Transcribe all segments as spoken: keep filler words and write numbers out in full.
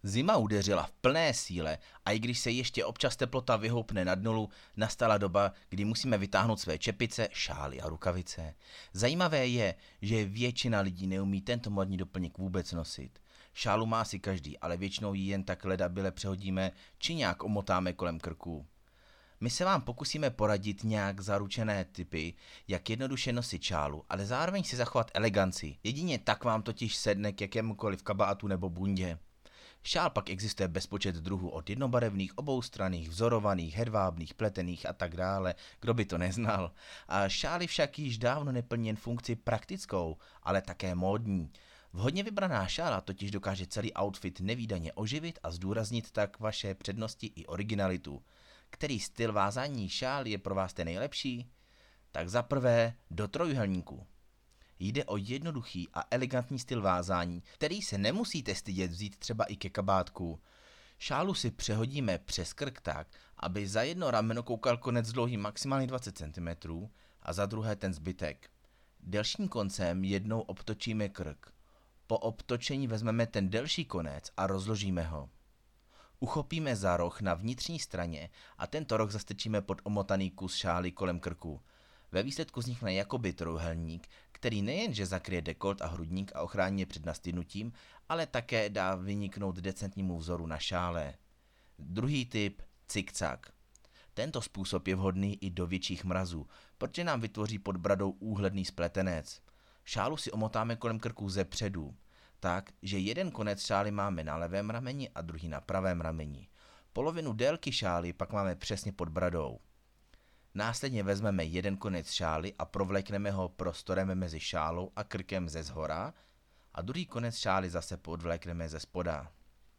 Zima udeřila v plné síle a i když se ještě občas teplota vyhoupne nad nulu, nastala doba, kdy musíme vytáhnout své čepice, šály a rukavice. Zajímavé je, že většina lidí neumí tento modní doplněk vůbec nosit. Šálu má si každý, ale většinou ji jen tak ledabyle přehodíme či nějak omotáme kolem krku. My se vám pokusíme poradit nějak zaručené typy, jak jednoduše nosit šálu, ale zároveň si zachovat eleganci. Jedině tak vám totiž sedne k jakémukoliv kabátu nebo bundě. Šál pak existuje bezpočet druhů od jednobarevných, oboustranných, vzorovaných, hedvábných, pletených a tak dále, kdo by to neznal. A šály však již dávno neplní jen funkci praktickou, ale také módní. Vhodně vybraná šála totiž dokáže celý outfit nevídaně oživit a zdůraznit tak vaše přednosti i originalitu. Který styl vázání šál je pro vás ten nejlepší? Tak za prvé do trojúhelníku. Jde o jednoduchý a elegantní styl vázání, který se nemusíte stydět vzít třeba i ke kabátku. Šálu si přehodíme přes krk tak, aby za jedno rameno koukal konec dlouhý maximálně dvacet centimetrů a za druhé ten zbytek. Delším koncem jednou obtočíme krk. Po obtočení vezmeme ten delší konec a rozložíme ho. Uchopíme za roh na vnitřní straně a tento roh zastrčíme pod omotaný kus šály kolem krku. Ve výsledku vznikne jakoby trojúhelník, který nejenže zakryje dekolt a hrudník a ochrání je před nastydnutím, ale také dá vyniknout decentnímu vzoru na šále. Druhý typ, cikcak. Tento způsob je vhodný i do větších mrazů, protože nám vytvoří pod bradou úhledný spletenec. Šálu si omotáme kolem krku ze předu, tak, že jeden konec šály máme na levém rameni a druhý na pravém rameni. Polovinu délky šály pak máme přesně pod bradou. Následně vezmeme jeden konec šály a provlékneme ho prostorem mezi šálou a krkem ze zhora a druhý konec šály zase podvlékneme ze spoda.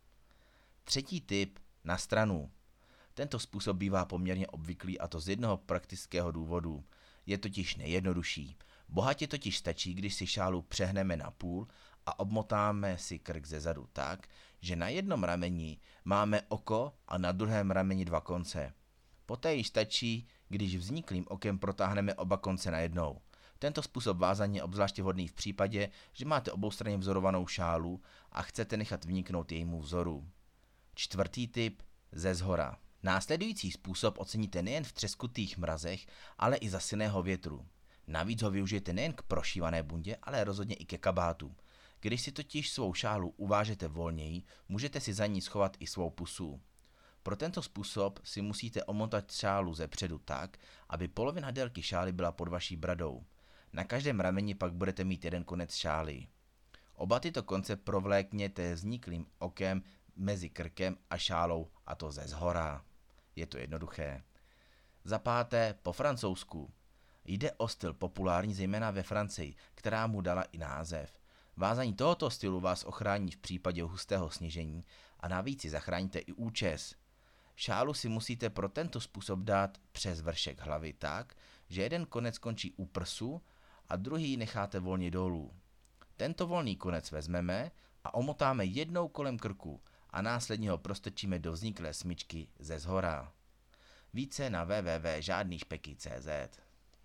Třetí typ, na stranu. Tento způsob bývá poměrně obvyklý a to z jednoho praktického důvodu. Je totiž nejjednodušší. Bohatě totiž stačí, když si šálu přehneme na půl a obmotáme si krk ze zadu tak, že na jednom rameni máme oko a na druhém rameni dva konce. Poté již stačí, když vzniklým okem protáhneme oba konce najednou. Tento způsob vázání je obzvláště vhodný v případě, že máte oboustranně vzorovanou šálu a chcete nechat vniknout jejímu vzoru. Čtvrtý typ, ze zhora. Následující způsob oceníte nejen v třeskutých mrazech, ale i za silného větru. Navíc ho využijete nejen k prošívané bundě, ale rozhodně i ke kabátu. Když si totiž svou šálu uvážete volněji, můžete si za ní schovat i svou pusu. Pro tento způsob si musíte omotat šálu ze předu tak, aby polovina délky šály byla pod vaší bradou. Na každém rameni pak budete mít jeden konec šály. Oba tyto konce provlékněte vzniklým okem mezi krkem a šálou, a to ze zhora. Je to jednoduché. Za páté, po francouzsku. Jde o styl populární zejména ve Francii, která mu dala i název. Vázání tohoto stylu vás ochrání v případě hustého sněžení a navíc si zachráníte i účes. Šálu si musíte pro tento způsob dát přes vršek hlavy tak, že jeden konec končí u prsu a druhý necháte volně dolů. Tento volný konec vezmeme a omotáme jednou kolem krku a následně ho prostrčíme do vzniklé smyčky ze zhora. Více na w w w tečka žádný špeky tečka cé zet.